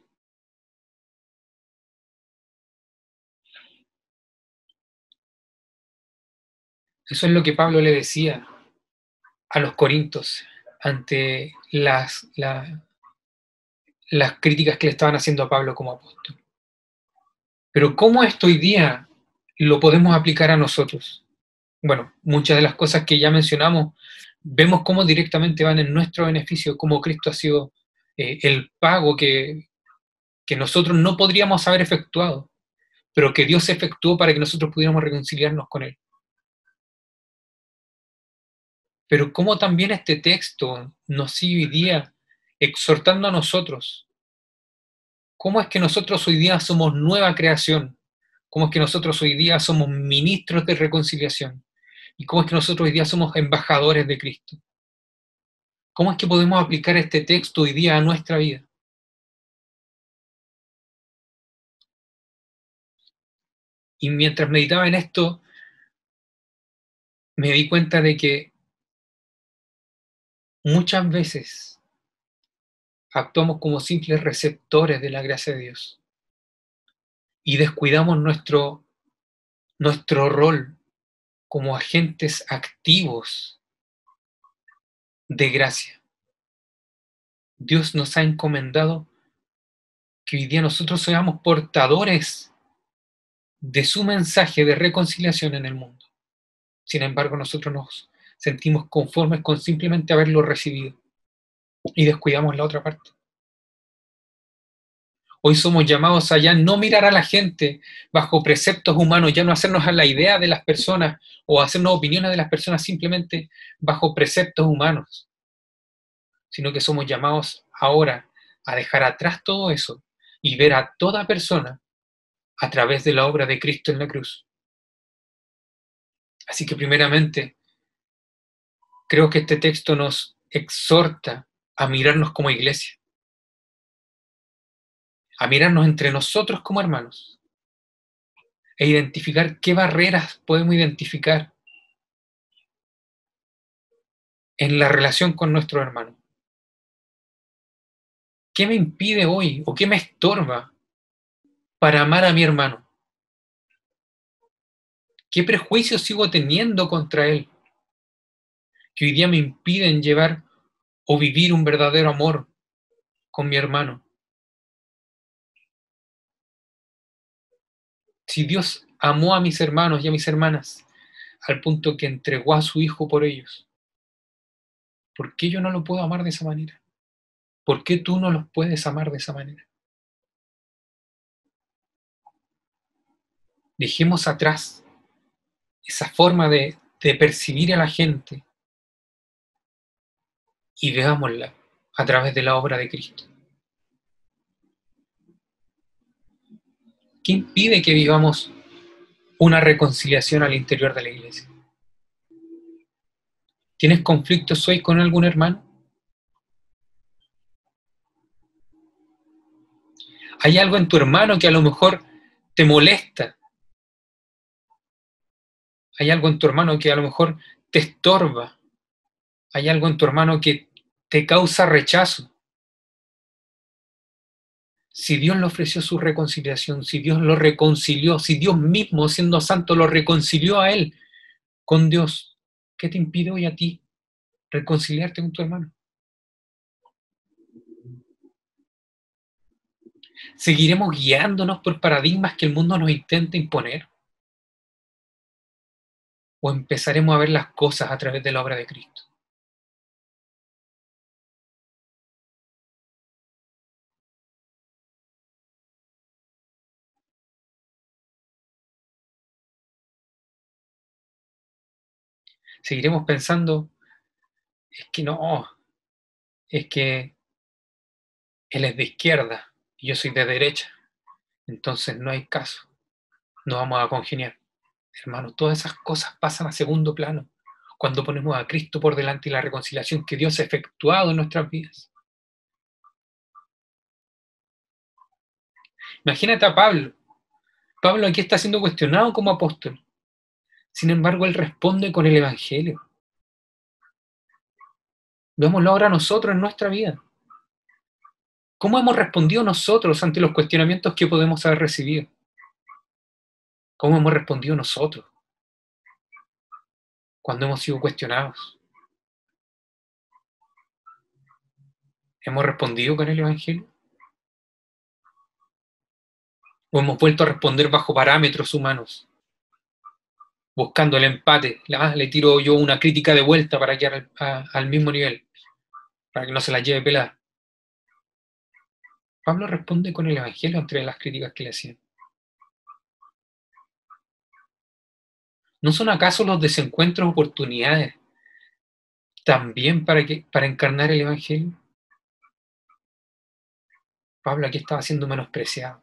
S1: Eso es lo que Pablo le decía a los corintios ante las, la, las críticas que le estaban haciendo a Pablo como apóstol. Pero ¿cómo esto hoy día lo podemos aplicar a nosotros? Bueno, muchas de las cosas que ya mencionamos, vemos cómo directamente van en nuestro beneficio, cómo Cristo ha sido eh, el pago que, que nosotros no podríamos haber efectuado, pero que Dios efectuó para que nosotros pudiéramos reconciliarnos con Él. Pero cómo también este texto nos sigue hoy día exhortando a nosotros. ¿Cómo es que nosotros hoy día somos nueva creación? ¿Cómo es que nosotros hoy día somos ministros de reconciliación? ¿Y cómo es que nosotros hoy día somos embajadores de Cristo? ¿Cómo es que podemos aplicar este texto hoy día a nuestra vida? Y mientras meditaba en esto, me di cuenta de que muchas veces actuamos como simples receptores de la gracia de Dios y descuidamos nuestro, nuestro rol como agentes activos de gracia. Dios nos ha encomendado que hoy día nosotros seamos portadores de su mensaje de reconciliación en el mundo. Sin embargo, nosotros nos sentimos conformes con simplemente haberlo recibido y descuidamos la otra parte. Hoy somos llamados a ya no mirar a la gente bajo preceptos humanos, ya no hacernos a la idea de las personas o hacernos opiniones de las personas simplemente bajo preceptos humanos, sino que somos llamados ahora a dejar atrás todo eso y ver a toda persona a través de la obra de Cristo en la cruz. Así que primeramente, creo que este texto nos exhorta a mirarnos como iglesia, a mirarnos entre nosotros como hermanos, e identificar qué barreras podemos identificar en la relación con nuestro hermano. ¿Qué me impide hoy o qué me estorba para amar a mi hermano? ¿Qué prejuicios sigo teniendo contra él que hoy día me impiden llevar o vivir un verdadero amor con mi hermano. Si Dios amó a mis hermanos y a mis hermanas al punto que entregó a su Hijo por ellos, ¿por qué yo no lo puedo amar de esa manera? ¿Por qué tú no los puedes amar de esa manera? Dejemos atrás esa forma de, de percibir a la gente y veámosla a través de la obra de Cristo. ¿Qué impide que vivamos una reconciliación al interior de la iglesia? ¿Tienes conflictos hoy con algún hermano? ¿Hay algo en tu hermano que a lo mejor te molesta? ¿Hay algo en tu hermano que a lo mejor te estorba? ¿Hay algo en tu hermano que te causa rechazo? Si Dios le ofreció su reconciliación, si Dios lo reconcilió, si Dios mismo, siendo santo, lo reconcilió a él con Dios, ¿qué te impide hoy a ti reconciliarte con tu hermano? ¿Seguiremos guiándonos por paradigmas que el mundo nos intenta imponer? ¿O empezaremos a ver las cosas a través de la obra de Cristo? ¿Seguiremos pensando, es que no, es que él es de izquierda y yo soy de derecha, entonces no hay caso, no vamos a congeniar? Hermano, todas esas cosas pasan a segundo plano cuando ponemos a Cristo por delante y la reconciliación que Dios ha efectuado en nuestras vidas. Imagínate a Pablo. Pablo aquí está siendo cuestionado como apóstol. Sin embargo, él responde con el Evangelio. Veámoslo ahora nosotros en nuestra vida. ¿Cómo hemos respondido nosotros ante los cuestionamientos que podemos haber recibido? ¿Cómo hemos respondido nosotros cuando hemos sido cuestionados? ¿Hemos respondido con el Evangelio? ¿O hemos vuelto a responder bajo parámetros humanos, buscando el empate? Ah, le tiro yo una crítica de vuelta para quedar al, a, al mismo nivel, para que no se la lleve pelada. Pablo responde con el Evangelio entre las críticas que le hacían. ¿No son acaso los desencuentros oportunidades también para, que, para encarnar el Evangelio? Pablo aquí estaba siendo menospreciado.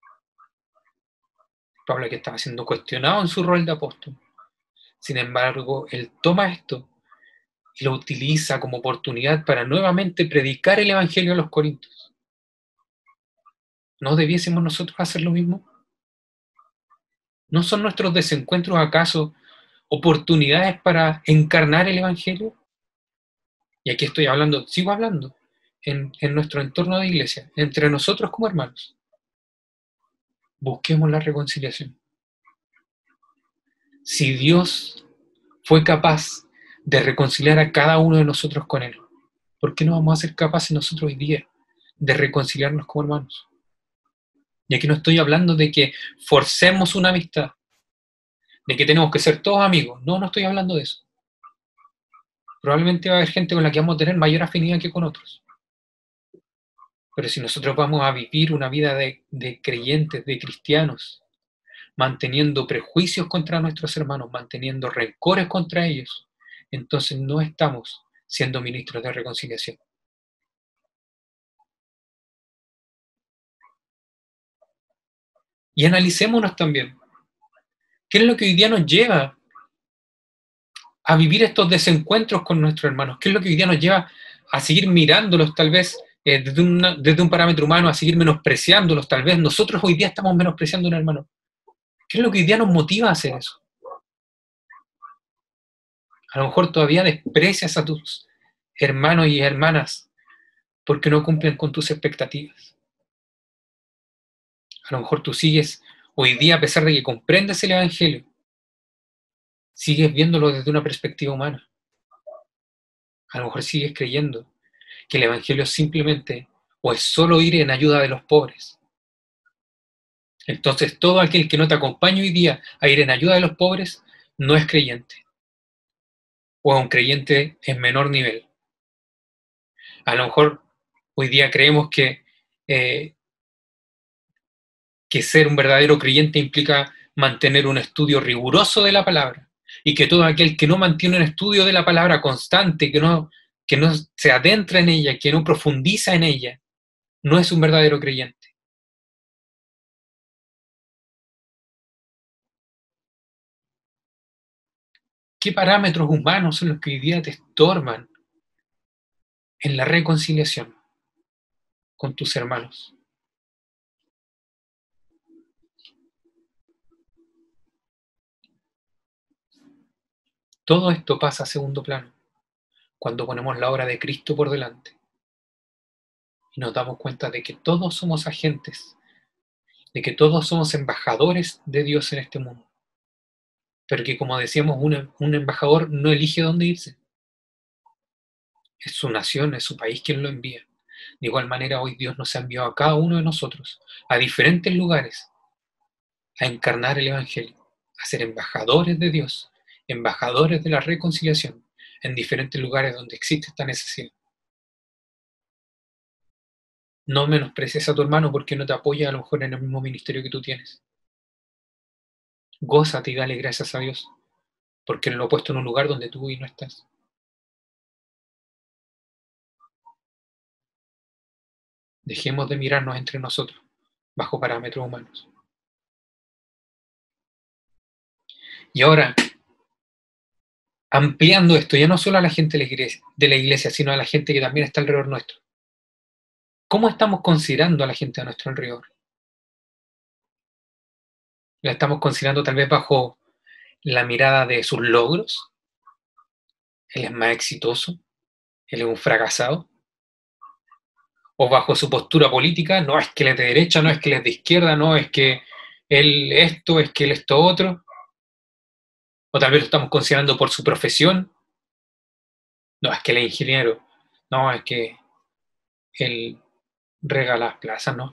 S1: Pablo aquí estaba siendo cuestionado en su rol de apóstol. Sin embargo, él toma esto y lo utiliza como oportunidad para nuevamente predicar el Evangelio a los corintios. ¿No debiésemos nosotros hacer lo mismo? ¿No son nuestros desencuentros acaso oportunidades para encarnar el Evangelio? Y aquí estoy hablando, sigo hablando, en, en nuestro entorno de iglesia, entre nosotros como hermanos. Busquemos la reconciliación. Si Dios fue capaz de reconciliar a cada uno de nosotros con Él, ¿por qué no vamos a ser capaces nosotros hoy día de reconciliarnos como hermanos? Y aquí no estoy hablando de que forcemos una amistad, de que tenemos que ser todos amigos. No, no estoy hablando de eso. Probablemente va a haber gente con la que vamos a tener mayor afinidad que con otros. Pero si nosotros vamos a vivir una vida de, de creyentes, de cristianos, manteniendo prejuicios contra nuestros hermanos, manteniendo rencores contra ellos, entonces no estamos siendo ministros de reconciliación. Y analicémonos también. ¿Qué es lo que hoy día nos lleva a vivir estos desencuentros con nuestros hermanos? ¿Qué es lo que hoy día nos lleva a seguir mirándolos tal vez eh, desde, una, desde un parámetro humano, a seguir menospreciándolos tal vez? Nosotros hoy día estamos menospreciando a un hermano. ¿Qué es lo que hoy día nos motiva a hacer eso? A lo mejor todavía desprecias a tus hermanos y hermanas porque no cumplen con tus expectativas. A lo mejor tú sigues hoy día, a pesar de que comprendes el Evangelio, sigues viéndolo desde una perspectiva humana. A lo mejor sigues creyendo que el Evangelio simplemente o es solo ir en ayuda de los pobres. Entonces todo aquel que no te acompañe hoy día a ir en ayuda de los pobres no es creyente, o es un creyente en menor nivel. A lo mejor hoy día creemos que, eh, que ser un verdadero creyente implica mantener un estudio riguroso de la palabra, y que todo aquel que no mantiene un estudio de la palabra constante, que no, que no se adentra en ella, que no profundiza en ella, no es un verdadero creyente. ¿Qué parámetros humanos son los que hoy día te estorban en la reconciliación con tus hermanos? Todo esto pasa a segundo plano cuando ponemos la obra de Cristo por delante y nos damos cuenta de que todos somos agentes, de que todos somos embajadores de Dios en este mundo, pero que, como decíamos, un, un embajador no elige dónde irse. Es su nación, es su país quien lo envía. De igual manera, hoy Dios nos ha enviado a cada uno de nosotros a diferentes lugares a encarnar el Evangelio, a ser embajadores de Dios, embajadores de la reconciliación en diferentes lugares donde existe esta necesidad. No menosprecies a tu hermano porque no te apoya a lo mejor en el mismo ministerio que tú tienes. Gózate y dale gracias a Dios porque Él lo ha puesto en un lugar donde tú hoy no estás. Dejemos de mirarnos entre nosotros bajo parámetros humanos. Y ahora, ampliando esto ya no solo a la gente de la iglesia, de la iglesia, sino a la gente que también está alrededor nuestro. ¿Cómo estamos considerando a la gente a nuestro alrededor? ¿La estamos considerando tal vez bajo la mirada de sus logros? ¿Él es más exitoso? ¿Él es un fracasado? ¿O bajo su postura política? No es que él es de derecha, no es que él es de izquierda, no es que él esto, es que él esto otro. O tal vez lo estamos considerando por su profesión. No, es que él es ingeniero. No, es que él regala las plazas, ¿no?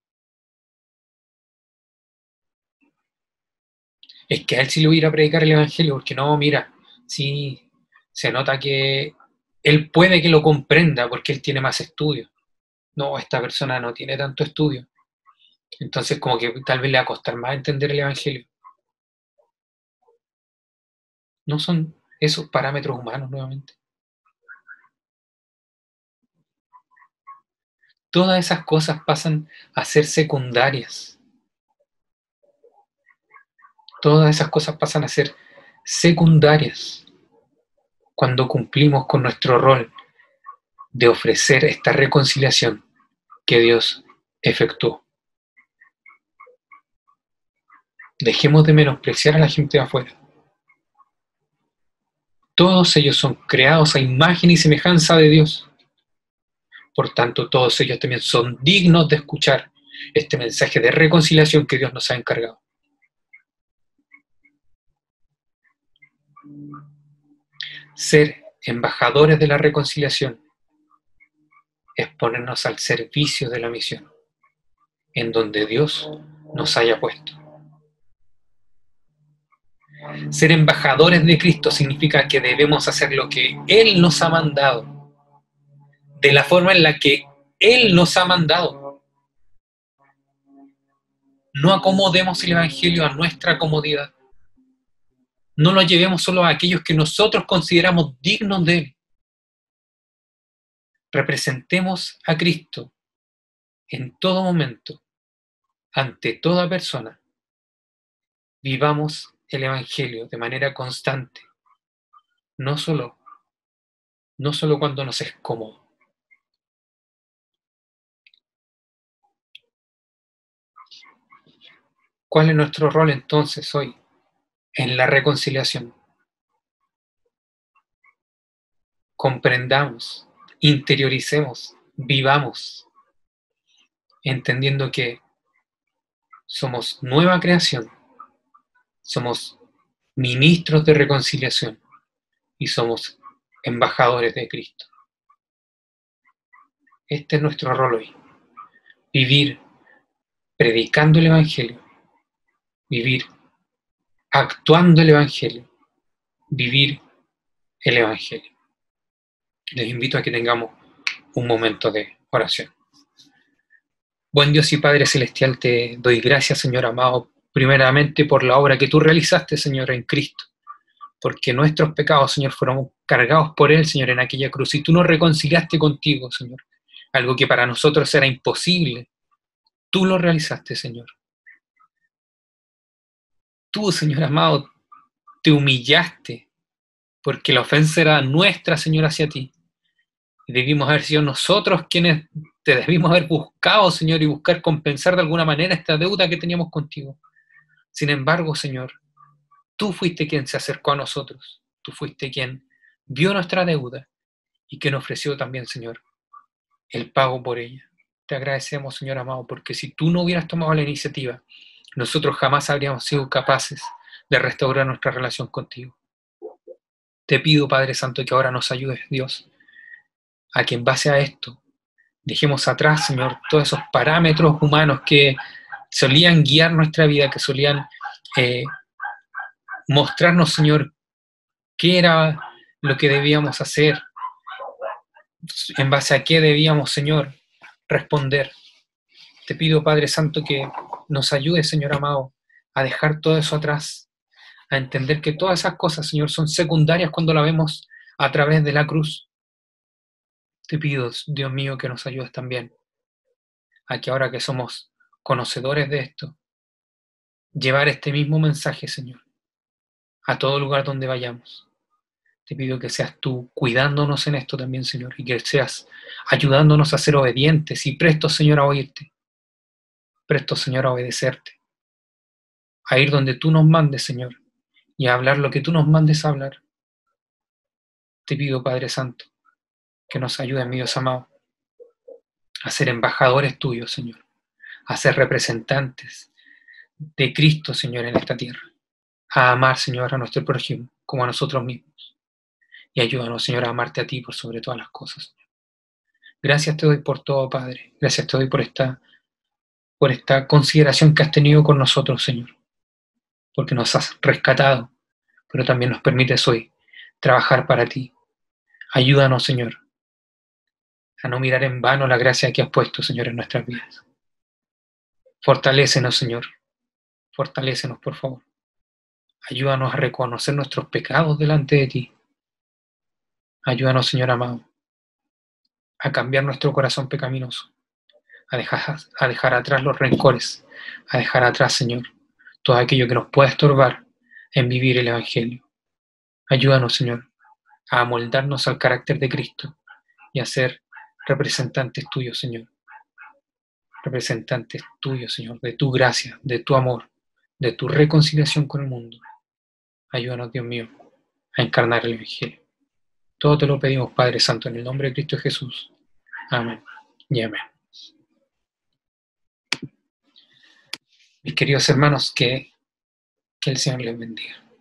S1: Es que a él sí le voy a ir a predicar el evangelio, porque no, mira, sí, se nota que él puede que lo comprenda porque él tiene más estudio. No, esta persona no tiene tanto estudio. Entonces, como que tal vez le va a costar más entender el evangelio. No son esos parámetros humanos nuevamente. Todas esas cosas pasan a ser secundarias. Todas esas cosas pasan a ser secundarias cuando cumplimos con nuestro rol de ofrecer esta reconciliación que Dios efectuó. Dejemos de menospreciar a la gente de afuera. Todos ellos son creados a imagen y semejanza de Dios. Por tanto, todos ellos también son dignos de escuchar este mensaje de reconciliación que Dios nos ha encargado. Ser embajadores de la reconciliación es ponernos al servicio de la misión en donde Dios nos haya puesto. Ser embajadores de Cristo significa que debemos hacer lo que Él nos ha mandado, de la forma en la que Él nos ha mandado. No acomodemos el Evangelio a nuestra comodidad. No lo llevemos solo a aquellos que nosotros consideramos dignos de Él. Representemos a Cristo en todo momento, ante toda persona. Vivamos el Evangelio de manera constante, no solo, no solo cuando nos es cómodo. ¿Cuál es nuestro rol entonces hoy en la reconciliación? Comprendamos, interioricemos, vivamos, entendiendo que somos nueva creación, somos ministros de reconciliación y somos embajadores de Cristo. Este es nuestro rol hoy. Vivir predicando el Evangelio. Vivir actuando el Evangelio. Vivir el Evangelio. Les invito a que tengamos un momento de oración. Buen Dios y Padre Celestial, te doy gracias, Señor amado, primeramente por la obra que tú realizaste, Señor, en Cristo, porque nuestros pecados, Señor, fueron cargados por Él, Señor, en aquella cruz, y tú nos reconciliaste contigo, Señor, algo que para nosotros era imposible. Tú lo realizaste, Señor. Tú, Señor amado, te humillaste, porque la ofensa era nuestra, Señor, hacia ti. Y debimos haber sido nosotros quienes te debimos haber buscado, Señor, y buscar compensar de alguna manera esta deuda que teníamos contigo. Sin embargo, Señor, tú fuiste quien se acercó a nosotros. Tú fuiste quien vio nuestra deuda y quien ofreció también, Señor, el pago por ella. Te agradecemos, Señor amado, porque si tú no hubieras tomado la iniciativa, nosotros jamás habríamos sido capaces de restaurar nuestra relación contigo. Te pido, Padre Santo, que ahora nos ayudes, Dios, a que en base a esto dejemos atrás, Señor, todos esos parámetros humanos que solían guiar nuestra vida, que solían eh, mostrarnos, Señor, qué era lo que debíamos hacer, en base a qué debíamos, Señor, responder. Te pido, Padre Santo, que nos ayude, Señor amado, a dejar todo eso atrás, a entender que todas esas cosas, Señor, son secundarias cuando la vemos a través de la cruz. Te pido, Dios mío, que nos ayudes también a que ahora que somos conocedores de esto, llevar este mismo mensaje, Señor, a todo lugar donde vayamos. Te pido que seas tú cuidándonos en esto también, Señor, y que seas ayudándonos a ser obedientes y prestos, Señor, a oírte, prestos, Señor, a obedecerte, a ir donde tú nos mandes, Señor, y a hablar lo que tú nos mandes a hablar. Te pido, Padre Santo, que nos ayude, mi Dios amado, a ser embajadores tuyos, Señor, a ser representantes de Cristo, Señor, en esta tierra, a amar, Señor, a nuestro prójimo como a nosotros mismos. Y ayúdanos, Señor, a amarte a ti por sobre todas las cosas. Gracias te doy por todo, Padre. Gracias te doy por esta, por esta consideración que has tenido con nosotros, Señor. Porque nos has rescatado, pero también nos permites hoy trabajar para ti. Ayúdanos, Señor, a no mirar en vano la gracia que has puesto, Señor, en nuestras vidas. Fortalécenos, Señor. Fortalécenos, por favor. Ayúdanos a reconocer nuestros pecados delante de ti. Ayúdanos, Señor amado, a cambiar nuestro corazón pecaminoso, a dejar, a dejar atrás los rencores, a dejar atrás, Señor, todo aquello que nos pueda estorbar en vivir el Evangelio. Ayúdanos, Señor, a amoldarnos al carácter de Cristo y a ser representantes tuyos, Señor. Representantes tuyos, Señor, de tu gracia, de tu amor, de tu reconciliación con el mundo. Ayúdanos, Dios mío, a encarnar el Evangelio. Todo te lo pedimos, Padre Santo, en el nombre de Cristo Jesús. Amén y amén. Mis queridos hermanos, que, que el Señor les bendiga.